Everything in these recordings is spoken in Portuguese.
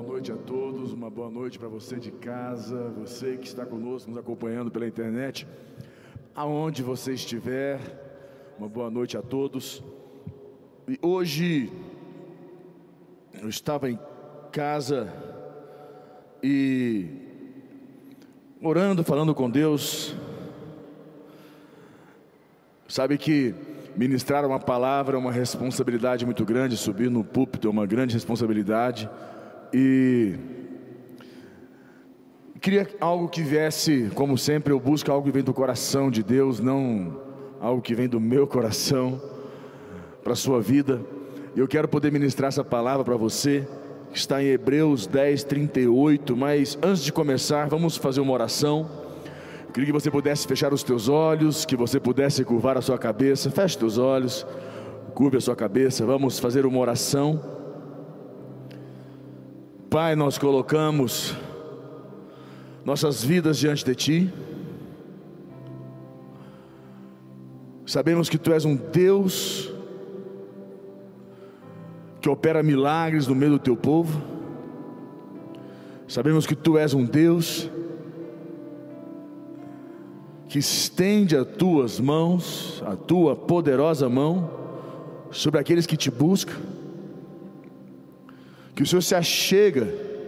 noite a todos, uma boa noite para você de casa, você que está conosco, nos acompanhando pela internet, aonde você estiver, uma boa noite a todos. E hoje eu estava em casa e orando, falando com Deus. Sabe que ministrar uma palavra é uma responsabilidade muito grande, subir no púlpito é uma grande responsabilidade. E queria algo que viesse, como sempre eu busco algo que vem do coração de Deus, não algo que vem do meu coração para a sua vida. E eu quero poder ministrar essa palavra para você, que está em Hebreus 10, 38. Mas antes de começar, vamos fazer uma oração. Eu queria que você pudesse fechar os teus olhos, que você pudesse curvar a sua cabeça. Feche teus olhos, curve a sua cabeça. Vamos fazer uma oração. Pai, nós colocamos nossas vidas diante de Ti. Sabemos que Tu és um Deus que opera milagres no meio do Teu povo. Sabemos que Tu és um Deus que estende as Tuas mãos, a Tua poderosa mão, sobre aqueles que Te buscam. Que o Senhor se achega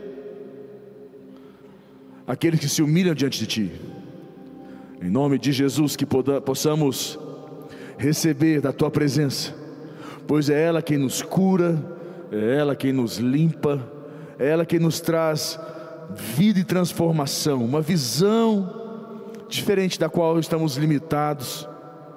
àqueles que se humilham diante de Ti. Em nome de Jesus, que possamos receber da Tua presença, pois é ela quem nos cura, é ela quem nos limpa, é ela quem nos traz vida e transformação, uma visão diferente da qual estamos limitados.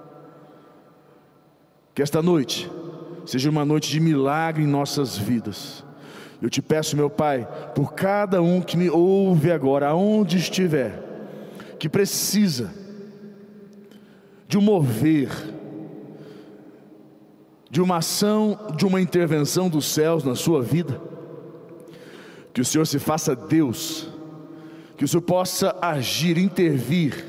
Que esta noite seja uma noite de milagre em nossas vidas. Eu te peço, meu Pai, por cada um que me ouve agora, aonde estiver, que precisa de um mover, de uma ação, de uma intervenção dos céus na sua vida, que o Senhor se faça Deus, que o Senhor possa agir, intervir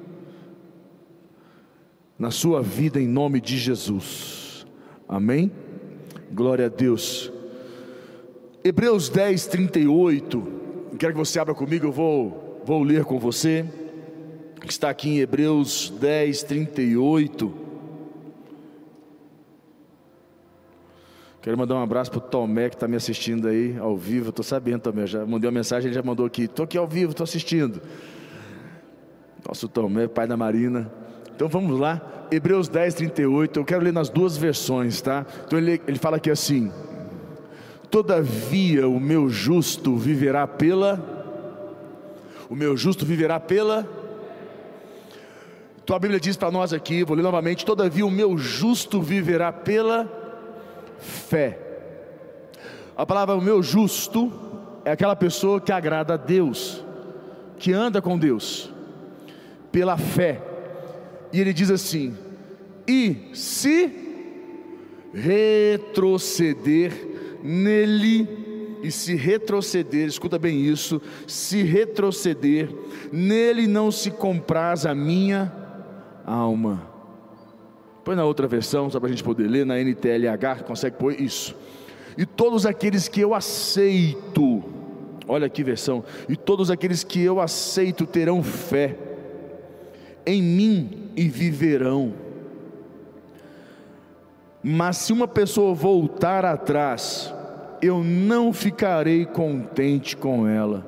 na sua vida em nome de Jesus. Amém? Glória a Deus. Hebreus 10, 38, quero que você abra comigo, eu vou ler com você, está aqui em Hebreus 10, 38, quero mandar um abraço para o Tomé que está me assistindo aí ao vivo. Estou sabendo, Tomé, já mandei uma mensagem, ele já mandou aqui, estou aqui ao vivo, estou assistindo. Nosso Tomé, pai da Marina. Então vamos lá, Hebreus 10, 38, eu quero ler nas duas versões, tá? Então ele fala aqui assim: todavia o meu justo viverá tua Bíblia diz para nós aqui, vou ler novamente: todavia o meu justo viverá pela fé. A palavra o meu justo é aquela pessoa que agrada a Deus, que anda com Deus pela fé. E ele diz assim: e se retroceder nele, e se retroceder, escuta bem isso, se retroceder nele, não se compraz a minha alma. Põe na outra versão, só para a gente poder ler, na NTLH, consegue pôr isso? E todos aqueles que eu aceito, olha que versão, e todos aqueles que eu aceito terão fé em mim e viverão. Mas se uma pessoa voltar atrás, eu não ficarei contente com ela.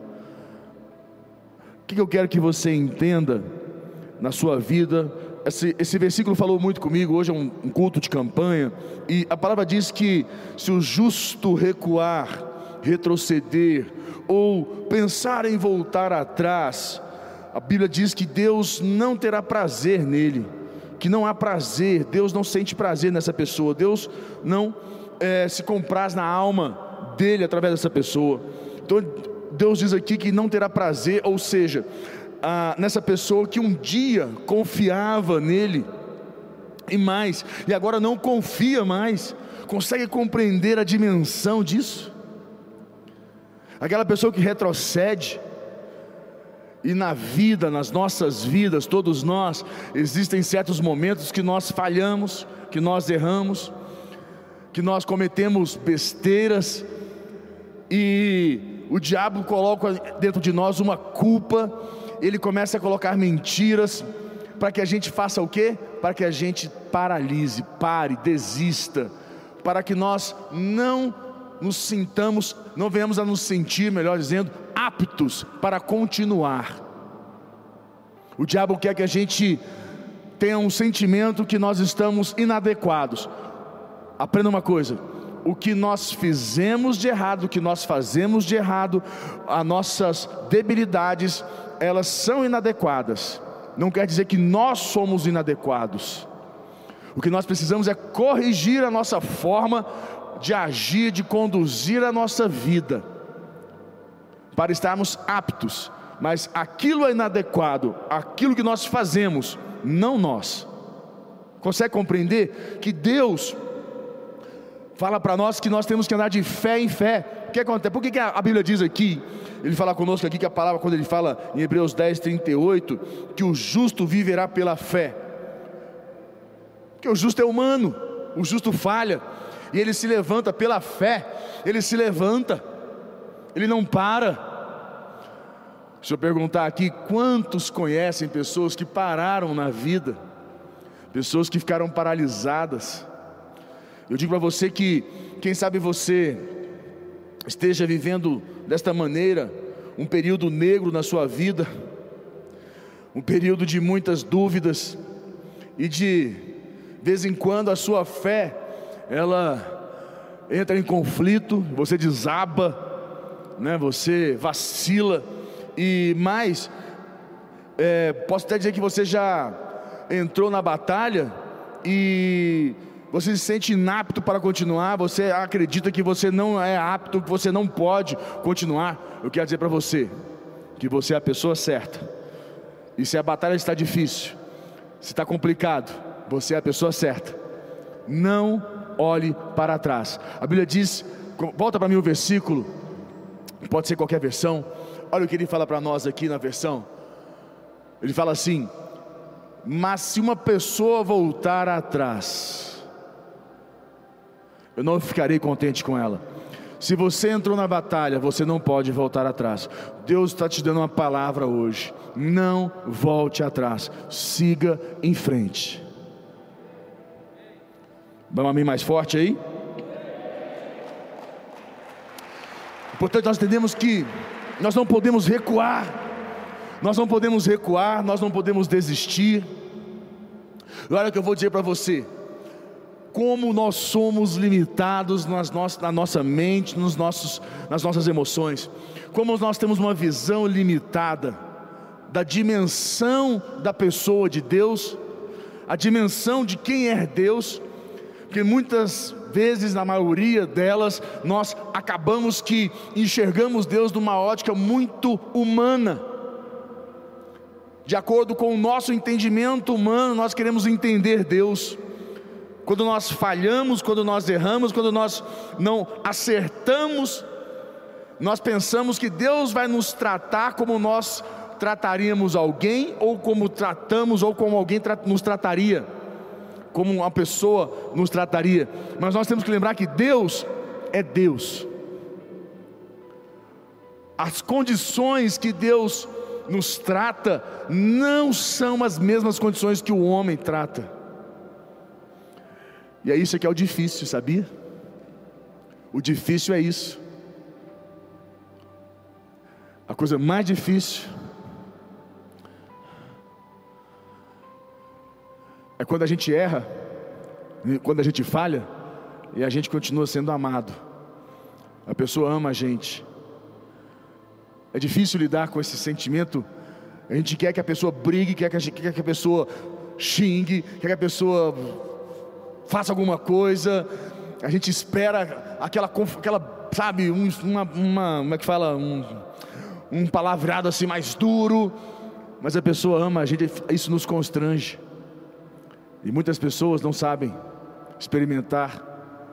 O que eu quero que você entenda na sua vida? Esse versículo falou muito comigo. Hoje é um culto de campanha, e a palavra diz que se o justo recuar, retroceder, ou pensar em voltar atrás, a Bíblia diz que Deus não terá prazer nele, que não há prazer, Deus não sente prazer nessa pessoa, Deus não se compraz na alma dele através dessa pessoa. Então Deus diz aqui que não terá prazer, ou seja, nessa pessoa que um dia confiava nele, e mais, e agora não confia mais. Consegue compreender a dimensão disso? Aquela pessoa que retrocede. E na vida, nas nossas vidas, todos nós, existem certos momentos que nós falhamos, que nós erramos, que nós cometemos besteiras, e o diabo coloca dentro de nós uma culpa, ele começa a colocar mentiras, para que a gente faça o quê? Para que a gente paralise, pare, desista, para que nós não nos sintamos, não venhamos a nos sentir, melhor dizendo, aptos para continuar. O diabo quer que a gente tenha um sentimento que nós estamos inadequados. Aprenda uma coisa: o que nós fizemos de errado, o que nós fazemos de errado, as nossas debilidades, elas são inadequadas. Não quer dizer que nós somos inadequados. O que nós precisamos é corrigir a nossa forma de agir, de conduzir a nossa vida, para estarmos aptos. Mas aquilo é inadequado, aquilo que nós fazemos, não nós. Consegue compreender que Deus fala para nós que nós temos que andar de fé em fé? O que acontece? Por que a Bíblia diz aqui, ele fala conosco aqui, que a palavra, quando ele fala em Hebreus 10:38, que o justo viverá pela fé? Porque o justo é humano, o justo falha, e ele se levanta pela fé, ele se levanta, ele não para. Deixa eu perguntar aqui, quantos conhecem pessoas que pararam na vida, pessoas que ficaram paralisadas? Eu digo para você que, quem sabe você esteja vivendo desta maneira, um período negro na sua vida, um período de muitas dúvidas, e de vez em quando a sua fé, ela entra em conflito, você desaba, né? Você vacila, e mais, posso até dizer que você já entrou na batalha, e você se sente inapto para continuar, você acredita que você não é apto, que você não pode continuar. Eu quero dizer para você, que você é a pessoa certa, e se a batalha está difícil, se está complicado, você é a pessoa certa. Não olhe para trás. A Bíblia diz, volta para mim o versículo, pode ser qualquer versão, olha o que ele fala para nós aqui na versão. Ele fala assim: mas se uma pessoa voltar atrás, eu não ficarei contente com ela. Se você entrou na batalha, você não pode voltar atrás. Deus está te dando uma palavra hoje: não volte atrás, siga em frente. Vamos a mim mais forte aí? Portanto, nós entendemos que nós não podemos recuar, nós não podemos recuar, nós não podemos desistir. Olha o que eu vou dizer para você: como nós somos limitados na nossa mente, nas nossas emoções, como nós temos uma visão limitada da dimensão da pessoa de Deus, a dimensão de quem é Deus, porque muitas vezes, na maioria delas, nós acabamos que enxergamos Deus numa ótica muito humana. De acordo com o nosso entendimento humano, nós queremos entender Deus. Quando nós falhamos, quando nós erramos, quando nós não acertamos, nós pensamos que Deus vai nos tratar como nós trataríamos alguém, ou como tratamos, ou como alguém nos trataria, como uma pessoa nos trataria. Mas nós temos que lembrar que Deus é Deus. As condições que Deus nos trata não são as mesmas condições que o homem trata. E é isso que é o difícil, sabia? O difícil é isso. A coisa mais difícil é quando a gente erra, quando a gente falha, e a gente continua sendo amado. A pessoa ama a gente. É difícil lidar com esse sentimento. A gente quer que a pessoa brigue, quer que a pessoa xingue, quer que a pessoa faça alguma coisa. A gente espera aquela sabe, como é que fala, um palavreado assim mais duro, mas a pessoa ama a gente, isso nos constrange. E muitas pessoas não sabem experimentar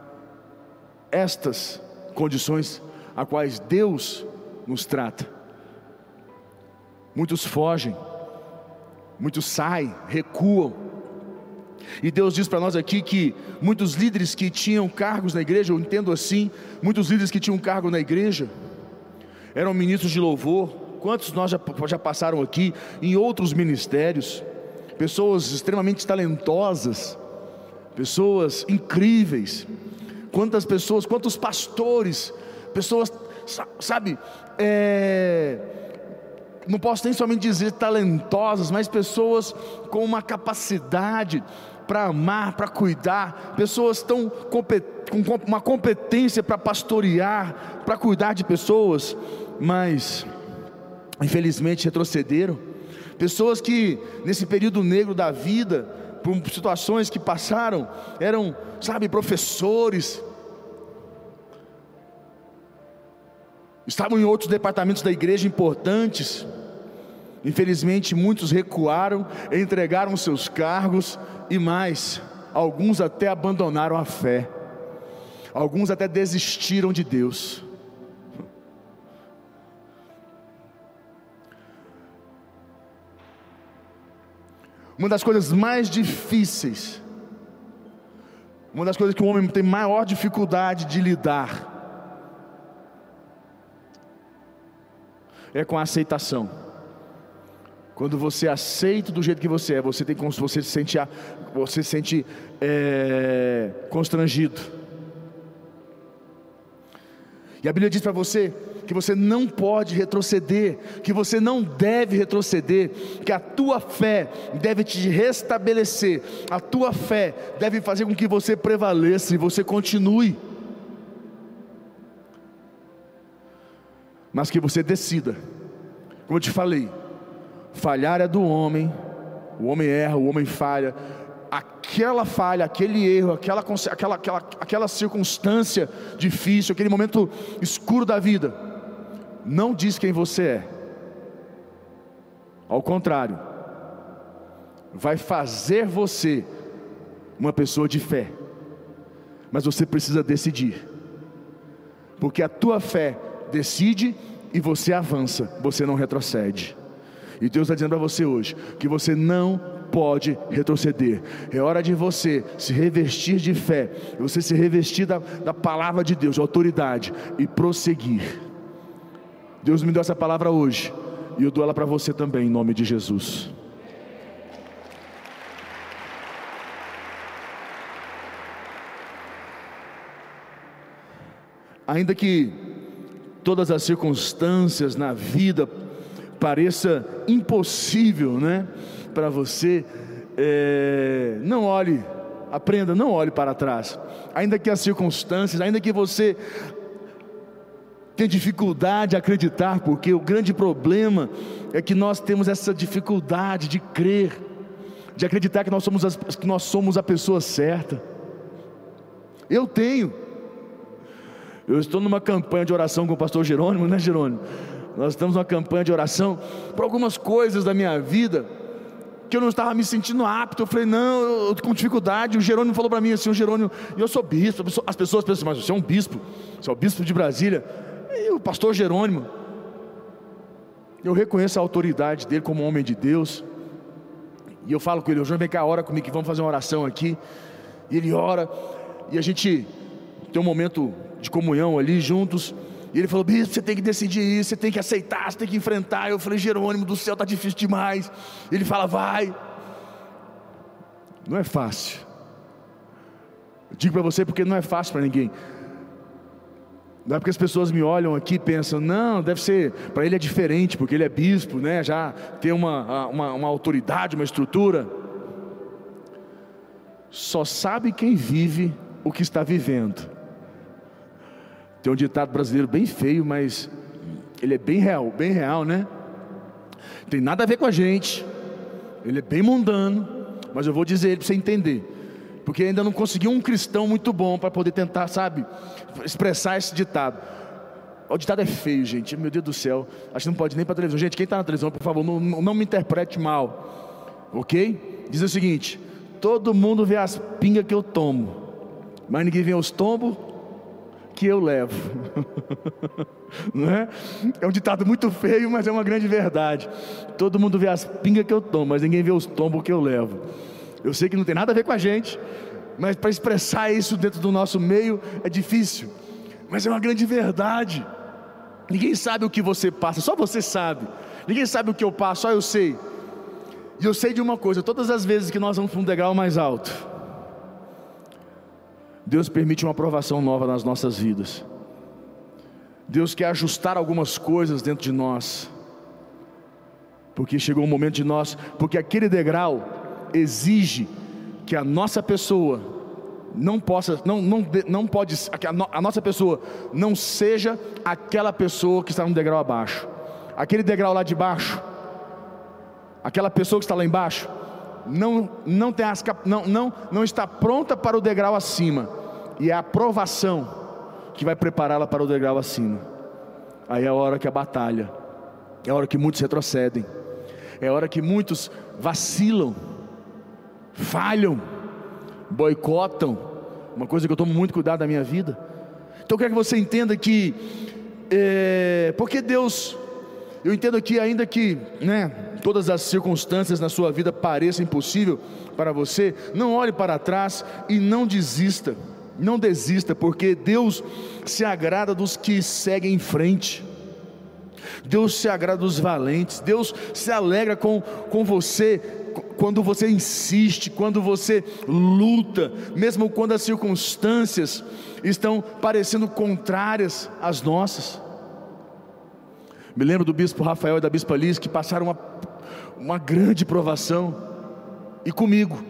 estas condições a quais Deus nos trata. Muitos fogem, muitos saem, recuam. E Deus diz para nós aqui que muitos líderes que tinham cargos na igreja, eu entendo assim, muitos líderes que tinham cargo na igreja, eram ministros de louvor. Quantos nós já passaram aqui em outros ministérios? Pessoas extremamente talentosas, pessoas incríveis. Quantas pessoas, quantos pastores, pessoas, sabe, não posso nem somente dizer talentosas, mas pessoas com uma capacidade para amar, para cuidar, pessoas com uma competência para pastorear, para cuidar de pessoas, mas infelizmente retrocederam. Pessoas que nesse período negro da vida, por situações que passaram, eram, sabe, professores, estavam em outros departamentos da igreja importantes. Infelizmente muitos recuaram, entregaram seus cargos e mais, alguns até abandonaram a fé, alguns até desistiram de Deus. Uma das coisas mais difíceis, uma das coisas que o homem tem maior dificuldade de lidar, é com a aceitação. Quando você aceita do jeito que você é, você se sente constrangido. E a Bíblia diz para você que você não pode retroceder, que você não deve retroceder, que a tua fé deve te restabelecer, a tua fé deve fazer com que você prevaleça e você continue, mas que você decida. Como eu te falei, falhar é do homem, o homem erra, o homem falha. Aquela falha, aquele erro, aquela circunstância difícil, aquele momento escuro da vida, não diz quem você é. Ao contrário, vai fazer você uma pessoa de fé. Mas você precisa decidir, porque a tua fé decide e você avança, você não retrocede. E Deus está dizendo para você hoje que você não pode retroceder. É hora de você se revestir de fé, você se revestir da palavra de Deus, de autoridade, e prosseguir. Deus me deu essa palavra hoje, e eu dou ela para você também, em nome de Jesus. Ainda que todas as circunstâncias na vida pareça impossível, né, para você, não olhe, aprenda, não olhe para trás. Ainda que as circunstâncias, ainda que você tenha dificuldade de acreditar, porque o grande problema é que nós temos essa dificuldade de crer, de acreditar que nós somos a pessoa certa. Eu estou numa campanha de oração com o pastor Jerônimo, né, Jerônimo? Nós estamos numa campanha de oração por algumas coisas da minha vida que eu não estava me sentindo apto. Eu falei, não, eu estou com dificuldade. O Jerônimo falou para mim assim, o Jerônimo, eu sou bispo. As pessoas pensam, mas você é um bispo, você é o bispo de Brasília. E o pastor Jerônimo, eu reconheço a autoridade dele como homem de Deus, e eu falo com ele, Jerônimo, vem cá, ora comigo que vamos fazer uma oração aqui. E ele ora, e a gente tem um momento de comunhão ali juntos. E ele falou, bispo, você tem que decidir isso, você tem que aceitar, você tem que enfrentar. Eu falei, Jerônimo do céu, está difícil demais. Ele fala, vai. Não é fácil. Eu digo para você porque não é fácil para ninguém. Não é porque as pessoas me olham aqui e pensam, não, deve ser, para ele é diferente, porque ele é bispo, né? Já tem uma autoridade, uma estrutura. Só sabe quem vive o que está vivendo. Tem um ditado brasileiro bem feio, mas ele é bem real, né? Tem nada a ver com a gente, ele é bem mundano, mas eu vou dizer ele para você entender, porque ainda não conseguiu um cristão muito bom para poder tentar, sabe, expressar esse ditado. O ditado é feio, gente, meu Deus do céu, acho que não pode nem para televisão. Gente, quem está na televisão, por favor, não me interprete mal, ok? Diz o seguinte: todo mundo vê as pingas que eu tomo, mas ninguém vê os tombos que eu levo. Não é? É um ditado muito feio, mas é uma grande verdade. Todo mundo vê as pingas que eu tomo, mas ninguém vê os tombos que eu levo. Eu sei que não tem nada a ver com a gente, mas para expressar isso dentro do nosso meio é difícil, mas é uma grande verdade. Ninguém sabe o que você passa, só você sabe. Ninguém sabe o que eu passo, só eu sei. E eu sei de uma coisa: todas as vezes que nós vamos para um degrau mais alto, Deus permite uma provação nova nas nossas vidas. Deus quer ajustar algumas coisas dentro de nós, porque chegou um momento de nós, porque aquele degrau exige que a nossa pessoa não pode, a nossa pessoa não seja aquela pessoa que está no degrau abaixo. Aquele degrau lá de baixo, aquela pessoa que está lá embaixo, não está pronta para o degrau acima, e é a provação que vai prepará-la para o degrau acima. Aí é a hora que a batalha, é a hora que muitos retrocedem, é a hora que muitos vacilam, falham, boicotam. Uma coisa que eu tomo muito cuidado na minha vida. Então eu quero que você entenda que porque Deus, eu entendo aqui, ainda que todas as circunstâncias na sua vida pareçam impossível para você, não olhe para trás e não desista. Não desista, porque Deus se agrada dos que seguem em frente. Deus se agrada dos valentes. Deus se alegra com você quando você insiste, quando você luta, mesmo quando as circunstâncias estão parecendo contrárias às nossas. Me lembro do bispo Rafael e da bispa Liz, que passaram uma grande provação, e comigo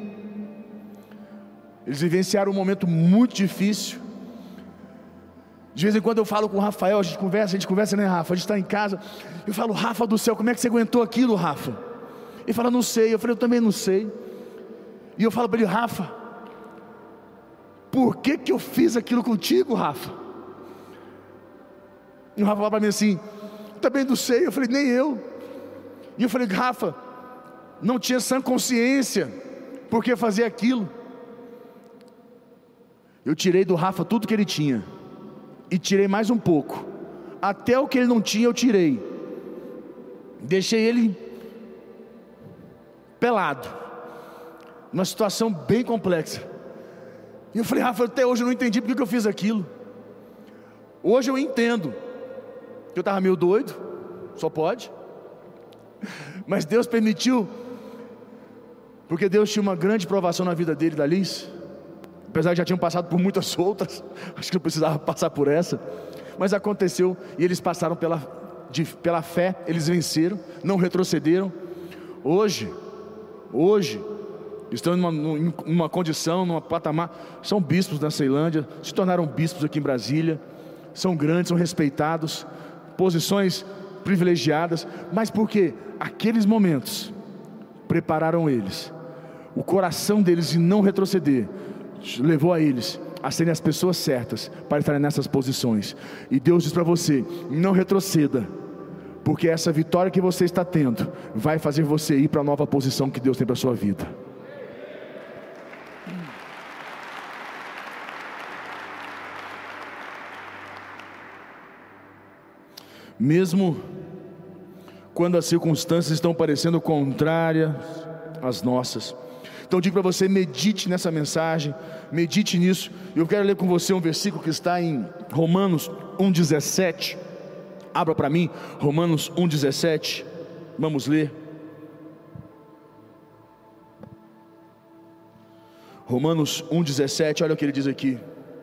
eles vivenciaram um momento muito difícil. De vez em quando eu falo com o Rafael, a gente conversa, né, Rafa? A gente está em casa, eu falo: Rafa do céu, como é que você aguentou aquilo, Rafa? Ele fala: não sei. Eu falei: eu também não sei. E eu falo para ele: Rafa, por que eu fiz aquilo contigo, Rafa? E o Rafa fala para mim assim: também não sei. Eu falei: nem eu. E eu falei: Rafa, não tinha sã consciência, por que fazer aquilo? Eu tirei do Rafa tudo que ele tinha, e tirei mais um pouco, até o que ele não tinha eu tirei, deixei ele pelado, numa situação bem complexa. E eu falei: Rafa, até hoje eu não entendi porque eu fiz aquilo. Hoje eu entendo que eu estava meio doido, só pode, mas Deus permitiu, porque Deus tinha uma grande provação na vida dele e da Liz. Apesar que já tinham passado por muitas outras, acho que não precisava passar por essa, mas aconteceu, e eles passaram pela fé, eles venceram, não retrocederam. Hoje estão numa condição, numa patamar, são bispos na Ceilândia, se tornaram bispos aqui em Brasília, são grandes, são respeitados, posições privilegiadas. Mas porque aqueles momentos prepararam eles, o coração deles, em não retroceder, levou a eles a serem as pessoas certas para estarem nessas posições. E Deus diz para você: não retroceda, porque essa vitória que você está tendo vai fazer você ir para a nova posição que Deus tem para a sua vida. Mesmo quando as circunstâncias estão parecendo contrárias às nossas. Então eu digo para você: medite nessa mensagem, medite nisso. Eu quero ler com você um versículo que está em Romanos 1,17. Abra para mim, Romanos 1,17. Vamos ler. Romanos 1,17, olha o que ele diz aqui.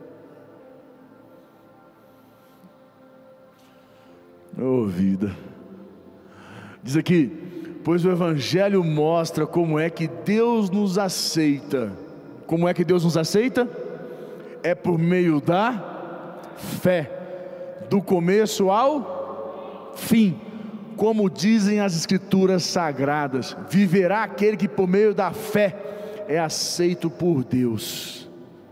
Oh vida. Diz aqui: pois o Evangelho mostra como é que Deus nos aceita. Como é que Deus nos aceita? É por meio da fé, do começo ao fim. Como dizem as Escrituras Sagradas: viverá aquele que por meio da fé é aceito por Deus.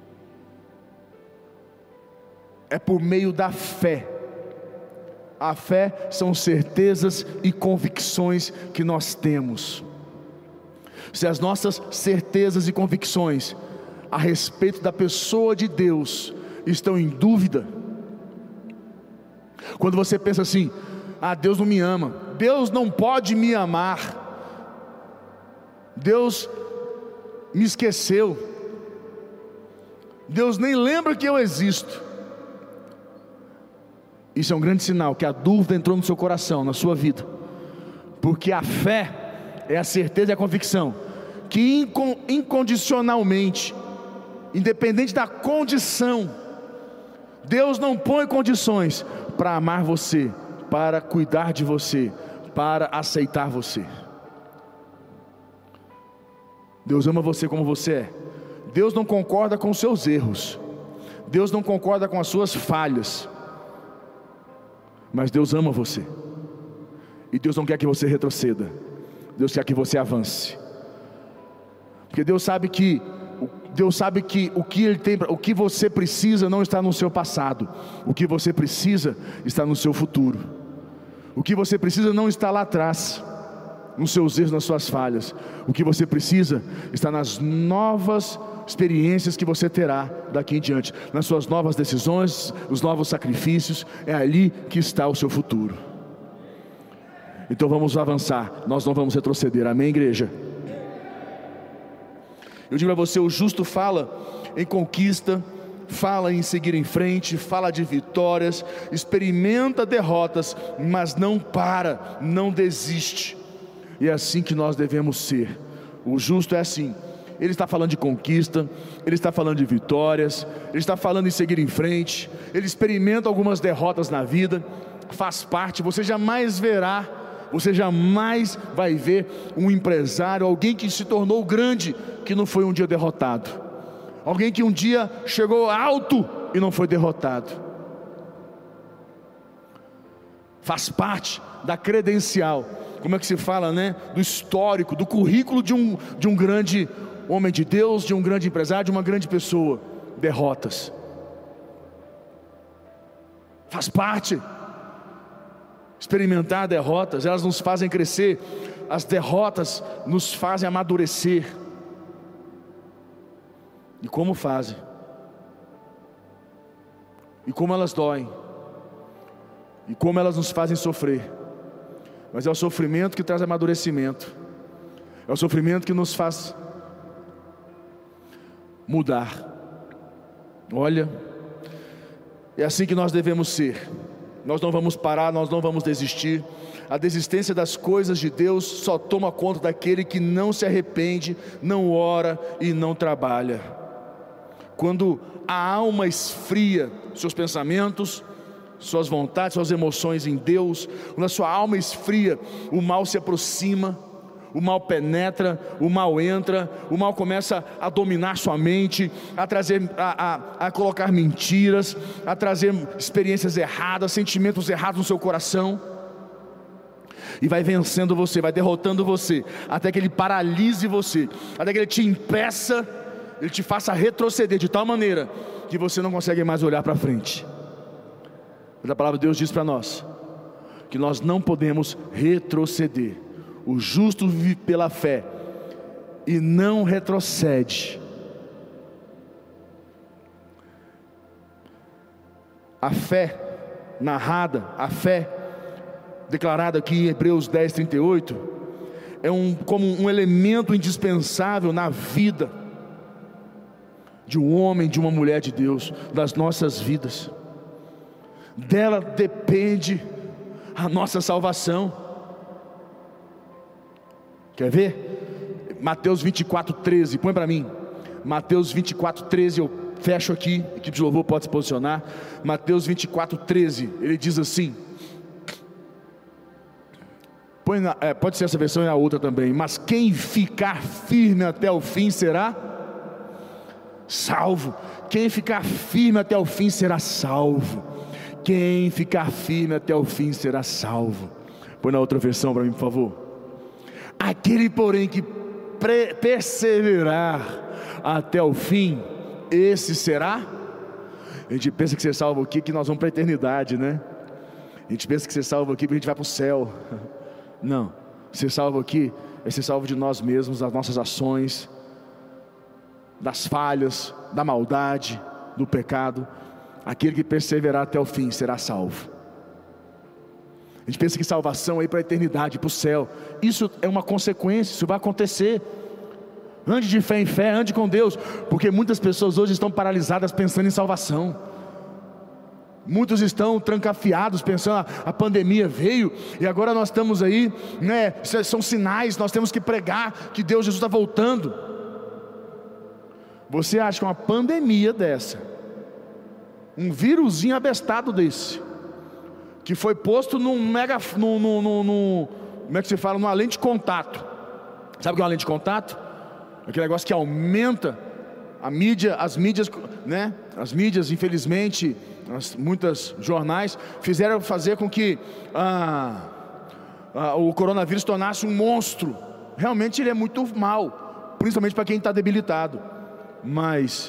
É por meio da fé. A fé são certezas e convicções que nós temos. Se as nossas certezas e convicções a respeito da pessoa de Deus estão em dúvida, quando você pensa assim: ah, Deus não me ama, Deus não pode me amar, Deus me esqueceu, Deus nem lembra que eu existo. Isso é um grande sinal que a dúvida entrou no seu coração, na sua vida. Porque a fé é a certeza e a convicção que incondicionalmente, independente da condição, Deus não põe condições para amar você, para cuidar de você, para aceitar você. Deus ama você como você é. Deus não concorda com os seus erros, Deus não concorda com as suas falhas, mas Deus ama você. E Deus não quer que você retroceda, Deus quer que você avance. Porque Deus sabe que o que Ele tem, o que você precisa não está no seu passado. O que você precisa está no seu futuro. O que você precisa não está lá atrás, nos seus erros, nas suas falhas. O que você precisa está nas novas experiências que você terá daqui em diante, nas suas novas decisões, os novos sacrifícios. É ali que está o seu futuro. Então vamos avançar, nós não vamos retroceder. Amém, igreja? Eu digo para você, o justo fala em conquista, fala em seguir em frente, fala de vitórias, experimenta derrotas, mas não para, não desiste. E é assim que nós devemos ser. O justo é assim. Ele está falando de conquista, ele está falando de vitórias, ele está falando em seguir em frente, ele experimenta algumas derrotas na vida, faz parte. Você jamais vai ver um empresário, alguém que se tornou grande, que não foi um dia derrotado, alguém que um dia chegou alto e não foi derrotado. Faz parte da credencial, como é que se fala, né? Do histórico, do currículo de um grande homem de Deus, de um grande empresário, de uma grande pessoa. Derrotas. Faz parte. Experimentar derrotas, elas nos fazem crescer. As derrotas nos fazem amadurecer. E como fazem? E como elas doem? E como elas nos fazem sofrer? Mas é o sofrimento que traz amadurecimento. É o sofrimento que nos faz mudar. Olha, é assim que nós devemos ser. Nós não vamos parar, nós não vamos desistir. A desistência das coisas de Deus só toma conta daquele que não se arrepende, não ora e não trabalha. Quando a alma esfria seus pensamentos, suas vontades, suas emoções em Deus, quando a sua alma esfria, o mal se aproxima, o mal penetra, o mal entra, o mal começa a dominar sua mente, a trazer, a colocar mentiras, a trazer experiências erradas, sentimentos errados no seu coração, e vai vencendo você, vai derrotando você, até que ele paralise você, até que ele te impeça, ele te faça retroceder de tal maneira que você não consegue mais olhar para frente. Mas a palavra de Deus diz para nós que nós não podemos retroceder. O justo vive pela fé e não retrocede. A fé narrada, a fé declarada aqui em Hebreus 10:38 é como um elemento indispensável na vida de um homem, de uma mulher de Deus, das nossas vidas. Dela depende a nossa salvação. Quer ver? Mateus 24:13, põe para mim. Mateus 24:13, eu fecho aqui, a equipe de louvor pode se posicionar. Mateus 24:13, ele diz assim, pode ser essa versão e a outra também. Mas quem ficar firme até o fim será salvo. Quem ficar firme até o fim será salvo. Quem ficar firme até o fim será salvo. Põe na outra versão para mim, por favor. Aquele, porém, que perseverar até o fim, esse será. A gente pensa que ser salvo aqui, que nós vamos para a eternidade, né? A gente pensa que ser salvo aqui, que a gente vai para o céu. Não, ser salvo aqui é ser salvo de nós mesmos, das nossas ações, das falhas, da maldade, do pecado. Aquele que perseverar até o fim será salvo. A gente pensa que salvação é ir para a eternidade, para o céu. Isso é uma consequência, isso vai acontecer. Ande de fé em fé, ande com Deus. Porque muitas pessoas hoje estão paralisadas pensando em salvação. Muitos estão trancafiados, pensando, a pandemia veio, e agora nós estamos aí, né? São sinais, nós temos que pregar que Deus, Jesus está voltando. Você acha que uma pandemia dessa, um vírusinho abestado desse, que foi posto num como é que se fala? Numa lente de contato. Sabe o que é uma lente de contato? Aquele negócio que aumenta a mídia, as mídias, né? As mídias, infelizmente, muitos jornais fizeram fazer com que o coronavírus tornasse um monstro. Realmente ele é muito mal, principalmente para quem está debilitado. Mas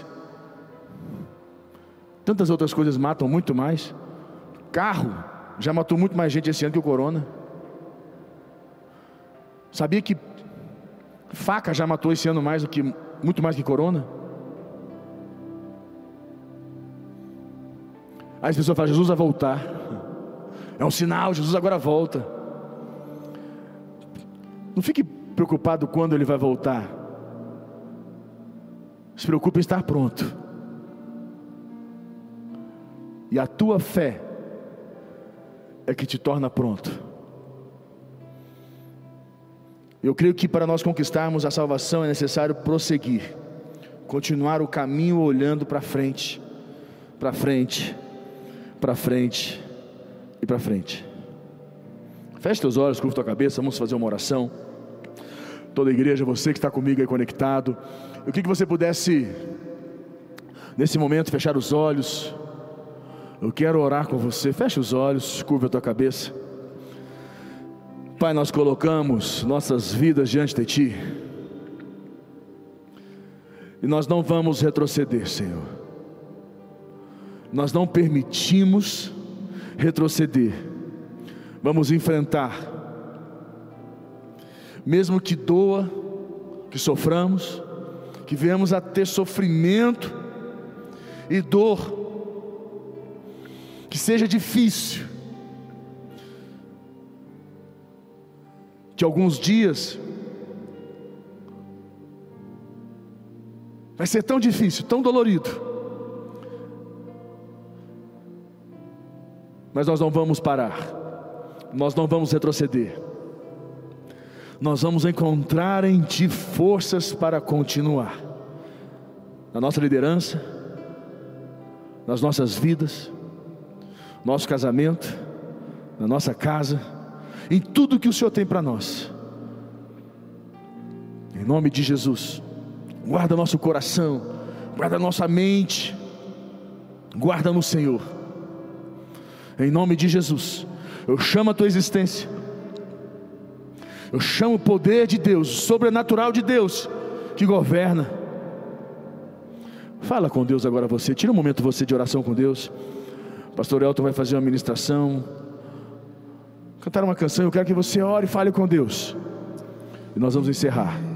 tantas outras coisas matam muito mais. Carro já matou muito mais gente esse ano que o corona. Sabia que faca já matou esse ano muito mais que corona? Aí as pessoas falam, Jesus vai voltar. É um sinal, Jesus agora volta. Não fique preocupado quando Ele vai voltar. Se preocupe em estar pronto. E a tua fé é que te torna pronto. Eu creio que para nós conquistarmos a salvação é necessário prosseguir, continuar o caminho olhando para frente, para frente, para frente e para frente. Feche teus olhos, curva tua cabeça, vamos fazer uma oração. Toda a igreja, você que está comigo aí conectado, eu queria que você pudesse, nesse momento, fechar os olhos. Eu quero orar com você. Feche os olhos, curva a tua cabeça. Pai, nós colocamos nossas vidas diante de Ti, e nós não vamos retroceder, Senhor. Nós não permitimos retroceder. Vamos enfrentar, mesmo que doa, que soframos, que venhamos a ter sofrimento e dor, que seja difícil, que alguns dias vai ser tão difícil, tão dolorido, mas nós não vamos parar, nós não vamos retroceder, nós vamos encontrar em Ti forças para continuar, na nossa liderança, nas nossas vidas, nosso casamento, na nossa casa, em tudo que o Senhor tem para nós. Em nome de Jesus, guarda nosso coração, guarda nossa mente, guarda no Senhor. Em nome de Jesus, eu chamo a tua existência, eu chamo o poder de Deus, o sobrenatural de Deus que governa. Fala com Deus agora você, tira um momento você de oração com Deus. Pastor Elton vai fazer uma ministração, cantar uma canção. Eu quero que você ore e fale com Deus, e nós vamos encerrar.